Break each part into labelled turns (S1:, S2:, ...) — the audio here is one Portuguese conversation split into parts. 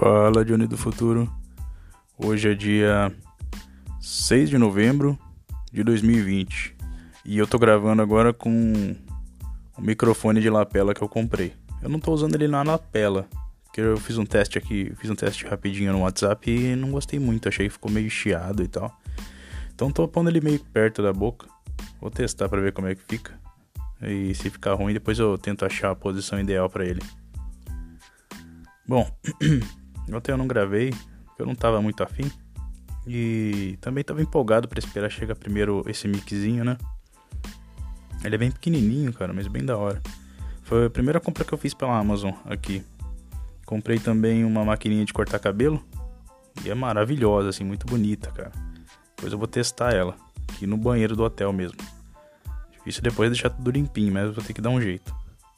S1: Fala, Johnny do Futuro. Hoje é dia 6 de novembro de 2020 e eu tô gravando agora com o microfone de lapela que eu comprei. Eu não tô usando ele na lapela, porque eu fiz um teste rapidinho no WhatsApp e não gostei muito, achei que ficou meio chiado e tal. Então tô pondo ele meio perto da boca, vou testar pra ver como é que fica. E se ficar ruim, depois eu tento achar a posição ideal pra ele. Bom, ontem eu não gravei, porque eu não tava muito afim. E também tava empolgado pra esperar chegar primeiro esse miczinho, né? Ele é bem pequenininho, cara, mas bem da hora. Foi a primeira compra que eu fiz pela Amazon aqui. Comprei também uma maquininha de cortar cabelo. E é maravilhosa, assim, muito bonita, cara. Depois eu vou testar ela, aqui no banheiro do hotel mesmo. Difícil depois deixar tudo limpinho, mas eu vou ter que dar um jeito.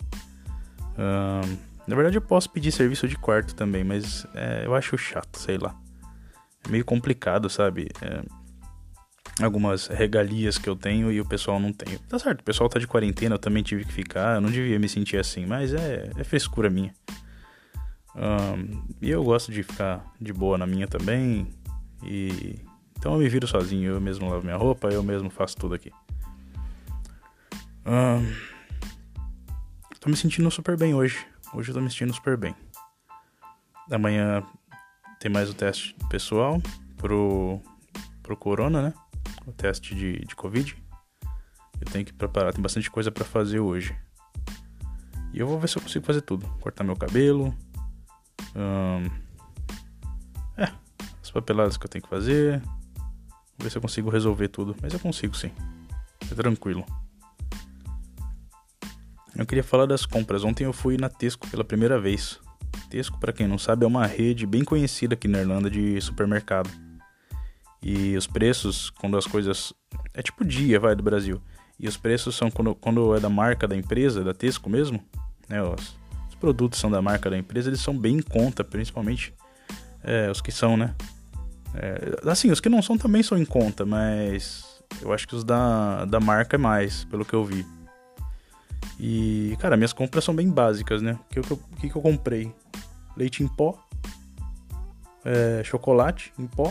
S1: Na verdade eu posso pedir serviço de quarto também, mas eu acho chato, sei lá. É meio complicado, sabe? Algumas regalias que eu tenho e o pessoal não tem. Tá certo, o pessoal tá de quarentena, eu também tive que ficar. Eu não devia me sentir assim, mas é frescura minha. E eu gosto de ficar de boa na minha também. Então eu me viro sozinho, eu mesmo lavo minha roupa, eu mesmo faço tudo aqui. Tô me sentindo super bem hoje. Hoje eu tô me sentindo super bem. Amanhã tem mais o teste pessoal pro corona, né? O teste de Covid. Eu tenho que preparar, tem bastante coisa pra fazer hoje. E eu vou ver se eu consigo fazer tudo. Cortar meu cabelo. As papeladas que eu tenho que fazer. Vou ver se eu consigo resolver tudo. Mas eu consigo sim. É tranquilo. Eu queria falar das compras. Ontem eu fui na Tesco pela primeira vez. Tesco, pra quem não sabe, é uma rede bem conhecida aqui na Irlanda de supermercado. E os preços, quando as coisas... É tipo dia, do Brasil. E os preços são quando é da marca da empresa, da Tesco mesmo, né? Os produtos são da marca da empresa, eles são bem em conta, principalmente os que são, né? Assim, os que não são também são em conta, mas eu acho que os da marca é mais, pelo que eu vi. E, cara, minhas compras são bem básicas, né? O que eu comprei? Leite em pó, chocolate em pó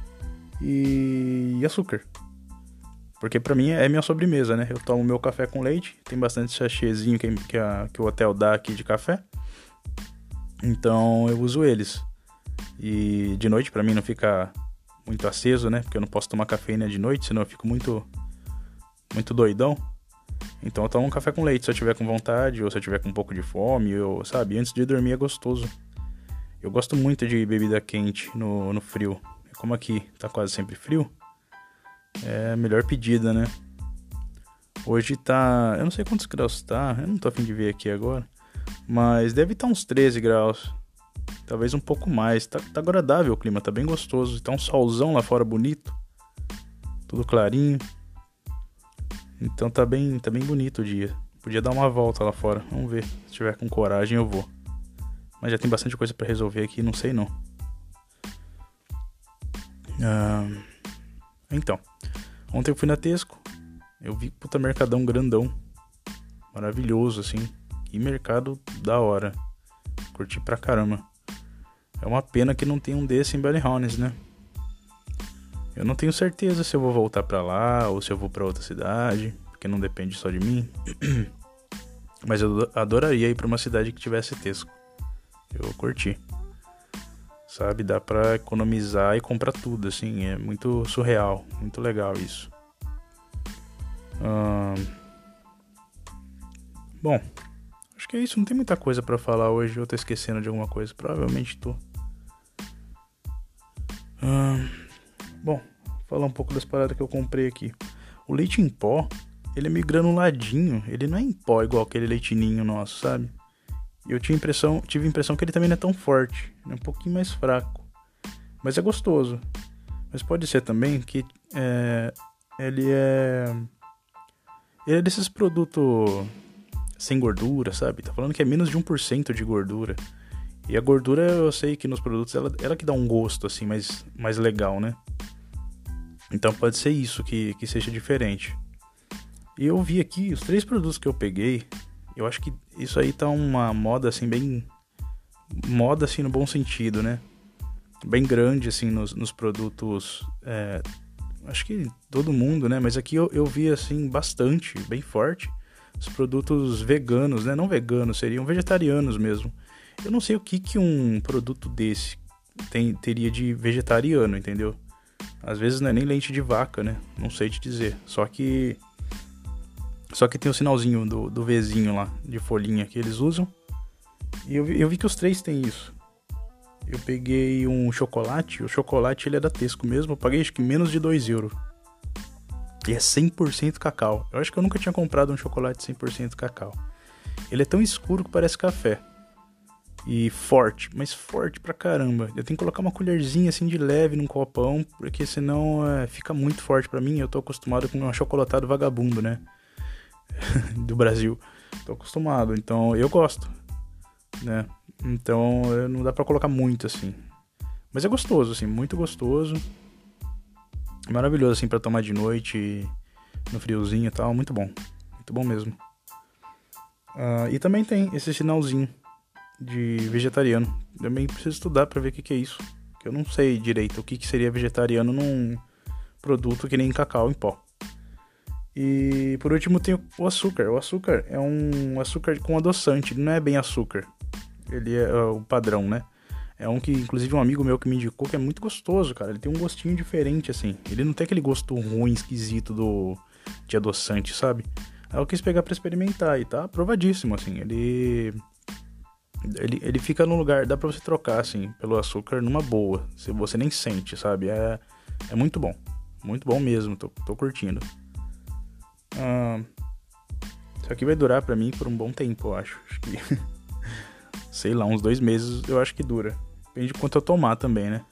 S1: e açúcar. Porque pra mim é minha sobremesa, né? Eu tomo meu café com leite, tem bastante sachêzinho que o hotel dá aqui de café. Então eu uso eles. E de noite pra mim não fica muito aceso, né? Porque eu não posso tomar cafeína de noite, senão eu fico muito, muito doidão. Então eu tomo um café com leite se eu tiver com vontade, ou se eu tiver com um pouco de fome, sabe? Antes de dormir é gostoso. Eu gosto muito de bebida quente no frio. Como aqui tá quase sempre frio, é a melhor pedida, né? Hoje tá... eu não sei quantos graus tá, eu não tô a fim de ver aqui agora, mas deve estar uns 13 graus. Talvez um pouco mais. Tá agradável o clima, tá bem gostoso. Tá um solzão lá fora bonito. Tudo clarinho. Então tá bem bonito o dia. Podia dar uma volta lá fora. Vamos ver. Se tiver com coragem eu vou. Mas já tem bastante coisa pra resolver aqui, não sei não. Então, ontem eu fui na Tesco. Eu vi puta mercadão grandão. Maravilhoso, assim. Que mercado da hora. Curti pra caramba. É uma pena que não tem um desse em Ballyhonnes, né? Eu não tenho certeza se eu vou voltar pra lá ou se eu vou pra outra cidade, porque não depende só de mim. Mas eu adoraria ir pra uma cidade que tivesse Tesco. Eu curti. Sabe, dá pra economizar e comprar tudo, assim, é muito surreal, muito legal isso. Bom, acho que é isso, não tem muita coisa pra falar hoje, eu tô esquecendo de alguma coisa, provavelmente tô. Bom, vou falar um pouco das paradas que eu comprei aqui. O leite em pó, ele é meio granuladinho, ele não é em pó igual aquele leitinho nosso, sabe? E eu tive a impressão que ele também não é tão forte, é um pouquinho mais fraco. Mas é gostoso. Mas pode ser também que ele é desses produtos sem gordura, sabe? Tá falando que é menos de 1% de gordura. E a gordura eu sei que nos produtos ela que dá um gosto assim mais legal, né? Então pode ser isso que seja diferente. E eu vi aqui os 3 produtos que eu peguei. Eu acho que isso aí tá uma moda assim bem moda, assim, no bom sentido, né? Bem grande, assim, nos produtos, acho que todo mundo, né? Mas aqui eu vi, assim, bastante, bem forte, os produtos veganos, né? Não veganos, seriam vegetarianos mesmo. Eu não sei o que um produto desse teria de vegetariano, entendeu? Às vezes não é nem leite de vaca, né? Não sei te dizer. Só que tem o sinalzinho do Vzinho lá, de folhinha que eles usam. E eu vi que os três têm isso. Eu peguei um chocolate. O chocolate ele é da Tesco mesmo. Eu paguei acho que menos de 2 euros. E é 100% cacau. Eu acho que eu nunca tinha comprado um chocolate 100% cacau. Ele é tão escuro que parece café. E forte, mas forte pra caramba. Eu tenho que colocar uma colherzinha assim de leve num copão, porque senão fica muito forte pra mim. Eu tô acostumado com um achocolatado vagabundo, né? Do Brasil. Tô acostumado, então eu gosto, né? Então não dá pra colocar muito assim. Mas é gostoso, assim, muito gostoso. Maravilhoso, assim, pra tomar de noite, no friozinho e tal. Muito bom mesmo. E também tem esse sinalzinho de vegetariano. Também preciso estudar pra ver o que é isso. Que eu não sei direito o que seria vegetariano num produto que nem cacau em pó. E por último tem o açúcar. O açúcar é um açúcar com adoçante. Ele não é bem açúcar. Ele é o padrão, né? É um que, inclusive, um amigo meu que me indicou que é muito gostoso, cara. Ele tem um gostinho diferente, assim. Ele não tem aquele gosto ruim, esquisito de adoçante, sabe? Aí eu quis pegar pra experimentar e tá aprovadíssimo, assim. Ele fica no lugar, dá pra você trocar, assim, pelo açúcar numa boa. Se você nem sente, sabe? É muito bom. Muito bom mesmo, tô curtindo. Isso aqui vai durar pra mim por um bom tempo, eu acho. Acho que, sei lá, uns 2 meses eu acho que dura. Depende de quanto eu tomar também, né?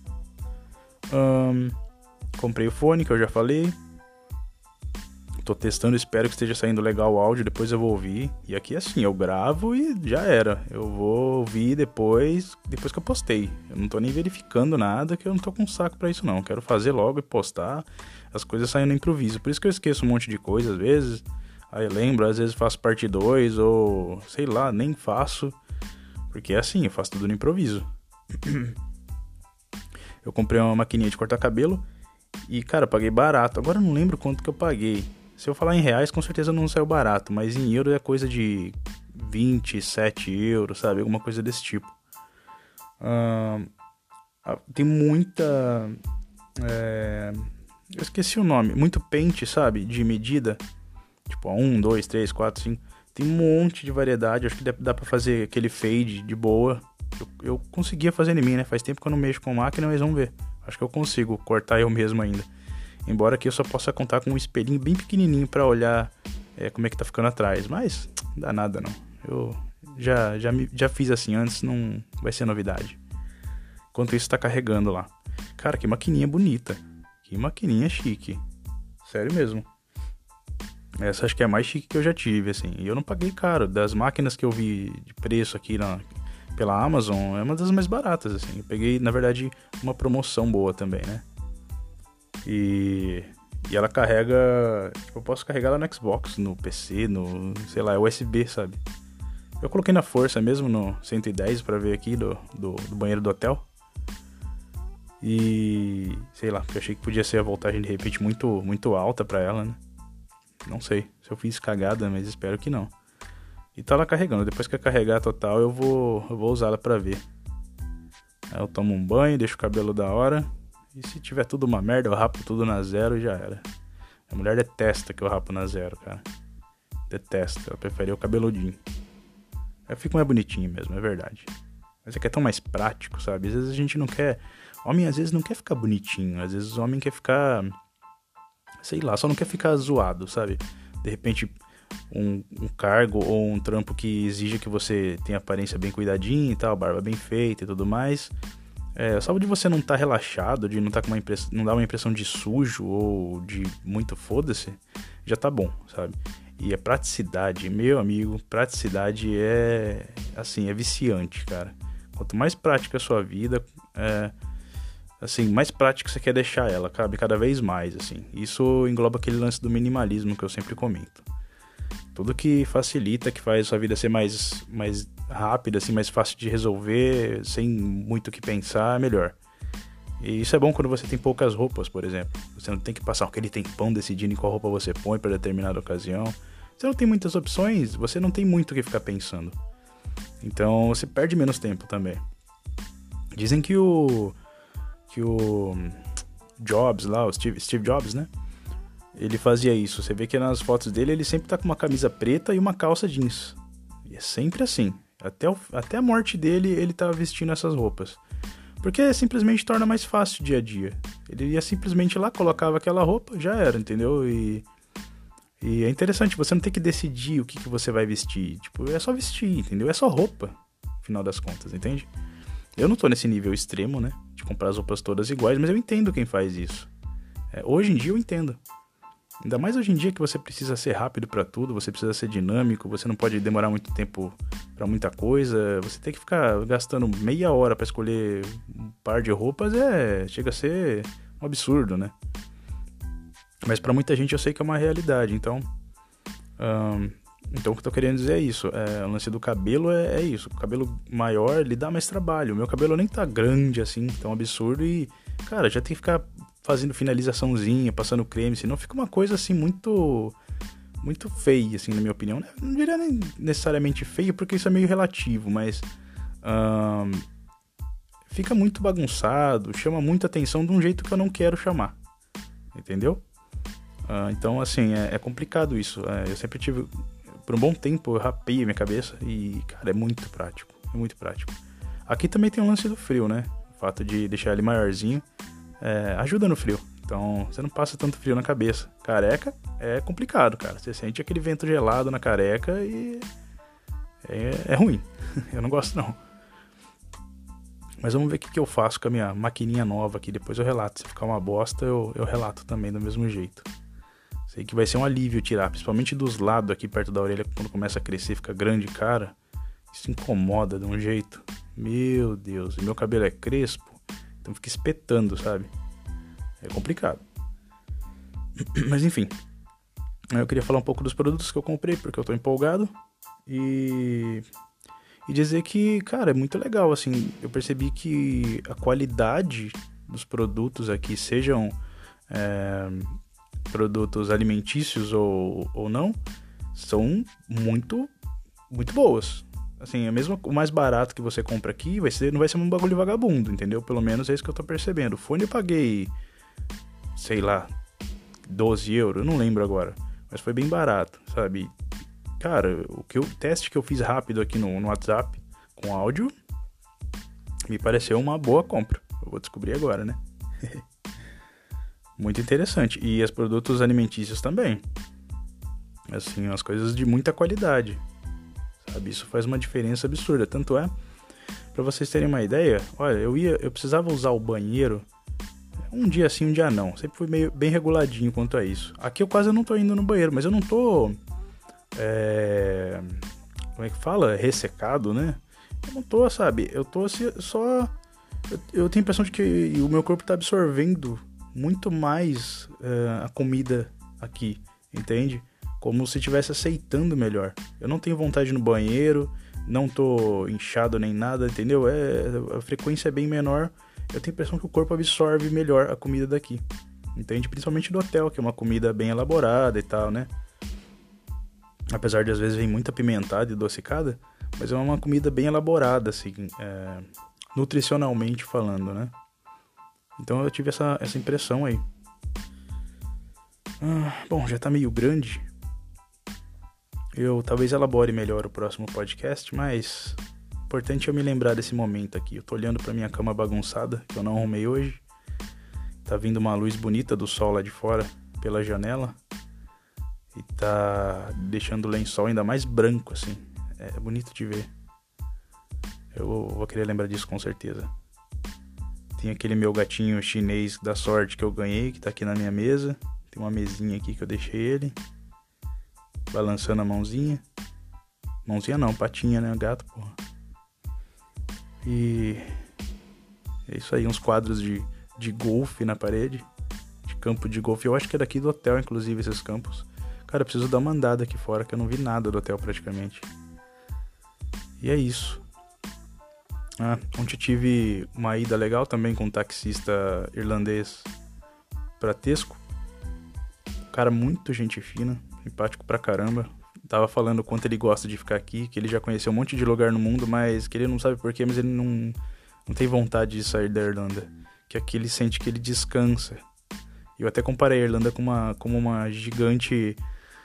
S1: Comprei o fone, que eu já falei. Tô testando, espero que esteja saindo legal o áudio, depois eu vou ouvir. E aqui assim, eu gravo e já era. Eu vou ouvir depois que eu postei. Eu não tô nem verificando nada, que eu não tô com saco pra isso não. Eu quero fazer logo e postar. As coisas saem no improviso. Por isso que eu esqueço um monte de coisa às vezes. Aí eu lembro, às vezes faço parte 2 ou sei lá, nem faço. Porque é assim, eu faço tudo no improviso. Eu comprei uma maquininha de cortar cabelo e, cara, paguei barato. Agora eu não lembro quanto que eu paguei. Se eu falar em reais, com certeza não saiu barato, mas em euro é coisa de 27 euros, sabe? Alguma coisa desse tipo. Tem muita... eu esqueci o nome. Muito pente, sabe? De medida. Tipo, 1, 2, 3, 4, 5. Tem um monte de variedade. Acho que dá pra fazer aquele fade de boa. Eu conseguia fazer em mim, né? Faz tempo que eu não mexo com máquina, mas vamos ver. Acho que eu consigo cortar eu mesmo ainda. Embora aqui eu só possa contar com um espelhinho bem pequenininho pra olhar como é que tá ficando atrás. Mas não dá nada não. Eu já fiz assim antes, não vai ser novidade. Enquanto isso tá carregando lá. Cara, que maquininha bonita. Que maquininha chique. Sério mesmo. Essa acho que é a mais chique que eu já tive, assim. E eu não paguei caro. Das máquinas que eu vi de preço aqui pela Amazon, é uma das mais baratas, assim. Eu peguei, na verdade, uma promoção boa também, né? E ela carrega... Tipo, eu posso carregar ela no Xbox, no PC, no... sei lá, USB, sabe? Eu coloquei na força mesmo, no 110, pra ver aqui do banheiro do hotel. E... sei lá, porque eu achei que podia ser a voltagem de repente muito, muito alta pra ela, né? Não sei se eu fiz cagada, mas espero que não. E tá lá carregando. Depois que eu carregar total, eu vou usá-la pra ver. Aí eu tomo um banho, deixo o cabelo da hora. E se tiver tudo uma merda, eu rapo tudo na zero e já era. A mulher detesta que eu rapo na zero, cara. Detesta. Ela prefere o cabeludinho. Eu fico mais bonitinho mesmo, é verdade. Mas é que é tão mais prático, sabe? Às vezes a gente não quer... Homem às vezes não quer ficar bonitinho. Às vezes o homem quer ficar... sei lá, só não quer ficar zoado, sabe? De repente, um cargo ou um trampo que exija que você tenha aparência bem cuidadinha e tal, barba bem feita e tudo mais. Só de você não estar relaxado, de não estar com não dar uma impressão de sujo ou de muito foda-se, já tá bom, sabe? E a praticidade, meu amigo, praticidade é viciante, cara. Quanto mais prática a sua vida, assim, mais prático você quer deixar ela, cabe cada vez mais, assim. Isso engloba aquele lance do minimalismo que eu sempre comento. Tudo que facilita, que faz sua vida ser mais rápida, assim, mais fácil de resolver, sem muito o que pensar, é melhor. E isso é bom quando você tem poucas roupas, por exemplo. Você não tem que passar aquele tempão decidindo em qual roupa você põe para determinada ocasião. Você não tem muitas opções, você não tem muito o que ficar pensando. Então você perde menos tempo também. Dizem que o Jobs lá, o Steve Jobs, né? Ele fazia isso. Você vê que nas fotos dele ele sempre tá com uma camisa preta e uma calça jeans. E é sempre assim. Até a morte dele ele tá vestindo essas roupas. Porque simplesmente torna mais fácil o dia a dia. Ele ia simplesmente lá, colocava aquela roupa, já era, entendeu? E é interessante, você não tem que decidir o que você vai vestir. Tipo, é só vestir, entendeu? É só roupa, no final das contas, entende? Eu não tô nesse nível extremo, né? De comprar as roupas todas iguais, mas eu entendo quem faz isso. Hoje em dia eu entendo. Ainda mais hoje em dia que você precisa ser rápido pra tudo, você precisa ser dinâmico, você não pode demorar muito tempo pra muita coisa, você tem que ficar gastando meia hora pra escolher um par de roupas, chega a ser um absurdo, né? Mas pra muita gente eu sei que é uma realidade, então o que eu tô querendo dizer é isso, o lance do cabelo é isso, o cabelo maior ele dá mais trabalho, o meu cabelo nem tá grande assim, tão absurdo e, cara, já tem que ficar fazendo finalizaçãozinha, passando creme, senão fica uma coisa assim muito feia, assim, na minha opinião. Não diria nem necessariamente feio, porque isso é meio relativo, mas fica muito bagunçado, chama muita atenção de um jeito que eu não quero chamar, entendeu? Então, assim, é complicado isso. Eu sempre tive, por um bom tempo, eu rapei a minha cabeça e, cara, é muito prático, Aqui também tem um lance do frio, né? O fato de deixar ele maiorzinho ajuda no frio. Então, você não passa tanto frio na cabeça. Careca é complicado, cara. Você sente aquele vento gelado na careca e é ruim. Eu não gosto, não. Mas vamos ver o que eu faço com a minha maquininha nova aqui. Depois eu relato. Se ficar uma bosta, eu relato também do mesmo jeito. Sei que vai ser um alívio tirar, principalmente dos lados aqui perto da orelha, quando começa a crescer, fica grande, cara. Isso incomoda de um jeito. Meu Deus. E meu cabelo é crespo. Então fica espetando, sabe? É complicado. Mas enfim. Eu queria falar um pouco dos produtos que eu comprei, porque eu tô empolgado. E dizer que, cara, é muito legal, assim. Eu percebi que a qualidade dos produtos aqui, sejam produtos alimentícios ou não, são muito, muito boas. Assim, mesmo o mais barato que você compra aqui não vai ser um bagulho vagabundo, entendeu? Pelo menos é isso que eu tô percebendo. O fone eu paguei, sei lá, 12 euros, eu não lembro agora. Mas foi bem barato, sabe? Cara, o teste que eu fiz rápido aqui no WhatsApp, com áudio, me pareceu uma boa compra. Eu vou descobrir agora, né? Muito interessante. E os produtos alimentícios também. Assim, as coisas de muita qualidade. Sabe? Isso faz uma diferença absurda. Tanto é, pra vocês terem uma ideia, olha, eu precisava usar o banheiro um dia sim, um dia não. Sempre fui bem reguladinho quanto a isso. Aqui eu quase não tô indo no banheiro, mas eu não tô... como é que fala? Ressecado, né? Eu não tô, sabe? Eu tô só... Eu tenho a impressão de que o meu corpo tá absorvendo muito mais a comida aqui, entende? Como se estivesse aceitando melhor. Eu não tenho vontade de ir no banheiro, não tô inchado nem nada, entendeu? A frequência é bem menor. Eu tenho a impressão que o corpo absorve melhor a comida daqui, entende? Principalmente do hotel, que é uma comida bem elaborada e tal, né? Apesar de às vezes vir muito apimentada e adocicada, mas é uma comida bem elaborada, assim, nutricionalmente falando, né? Então eu tive essa impressão aí. Bom, já tá meio grande. Eu talvez elabore melhor o próximo podcast, mas importante eu me lembrar desse momento aqui. Eu tô olhando pra minha cama bagunçada, que eu não arrumei hoje. Tá vindo uma luz bonita do sol lá de fora, pela janela. E tá deixando o lençol ainda mais branco, assim. É bonito de ver. Eu vou querer lembrar disso com certeza. Tem aquele meu gatinho chinês da sorte que eu ganhei, que tá aqui na minha mesa. Tem uma mesinha aqui que eu deixei ele. Balançando a mãozinha. Mãozinha não, patinha, né? Gato, porra. E é isso aí, uns quadros de golfe na parede. De campo de golfe. Eu acho que é daqui do hotel, inclusive, esses campos Cara, eu preciso dar uma andada aqui fora, que eu não vi nada do hotel praticamente. E é isso. Ontem tive uma ida legal também com um taxista irlandês pratesco. Cara, muito gente fina, simpático pra caramba. Tava falando o quanto ele gosta de ficar aqui, que ele já conheceu um monte de lugar no mundo, mas que ele não sabe porquê, mas ele não tem vontade de sair da Irlanda. Que aqui ele sente que ele descansa. Eu até comparei a Irlanda como uma gigante,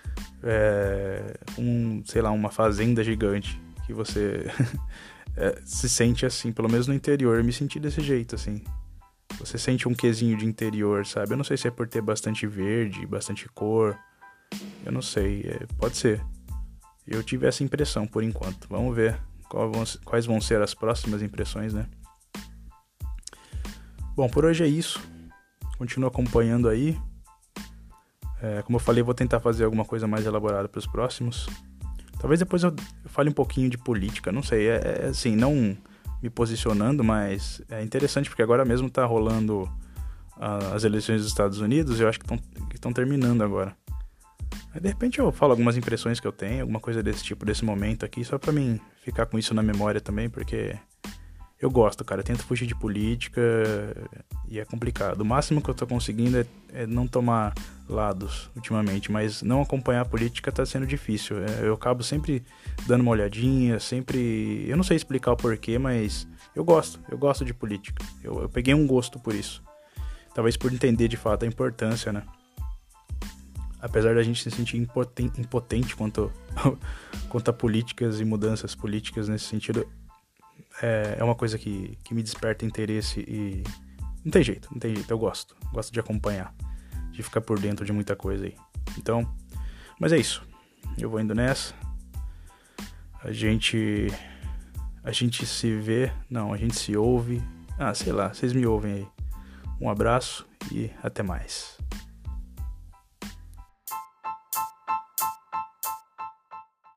S1: sei lá, uma fazenda gigante, que você se sente assim, pelo menos no interior. Eu me senti desse jeito, assim. Você sente um quesinho de interior, sabe? Eu não sei se é por ter bastante verde, bastante cor. Eu não sei, pode ser. Eu tive essa impressão por enquanto. Vamos ver quais vão ser as próximas impressões, né? Bom, por hoje é isso. Continuo acompanhando aí. Como eu falei, vou tentar fazer alguma coisa mais elaborada para os próximos. Talvez depois eu fale um pouquinho de política, não sei. Assim, não me posicionando, mas é interessante porque agora mesmo tá rolando as eleições dos Estados Unidos e eu acho que estão terminando agora. Aí, de repente eu falo algumas impressões que eu tenho, alguma coisa desse tipo, desse momento aqui, só pra mim ficar com isso na memória também, porque eu gosto, cara. Eu tento fugir de política e é complicado. O máximo que eu tô conseguindo é não tomar lados ultimamente, mas não acompanhar a política tá sendo difícil. Eu acabo sempre dando uma olhadinha, sempre... Eu não sei explicar o porquê, mas eu gosto de política. Eu peguei um gosto por isso. Talvez por entender de fato a importância, né? Apesar da gente se sentir impotente quanto a políticas e mudanças políticas nesse sentido, é uma coisa que me desperta interesse e não tem jeito, eu gosto de acompanhar, de ficar por dentro de muita coisa aí. Então, mas é isso, eu vou indo nessa, a gente se vê, não, a gente se ouve, sei lá, vocês me ouvem aí. Um abraço e até mais.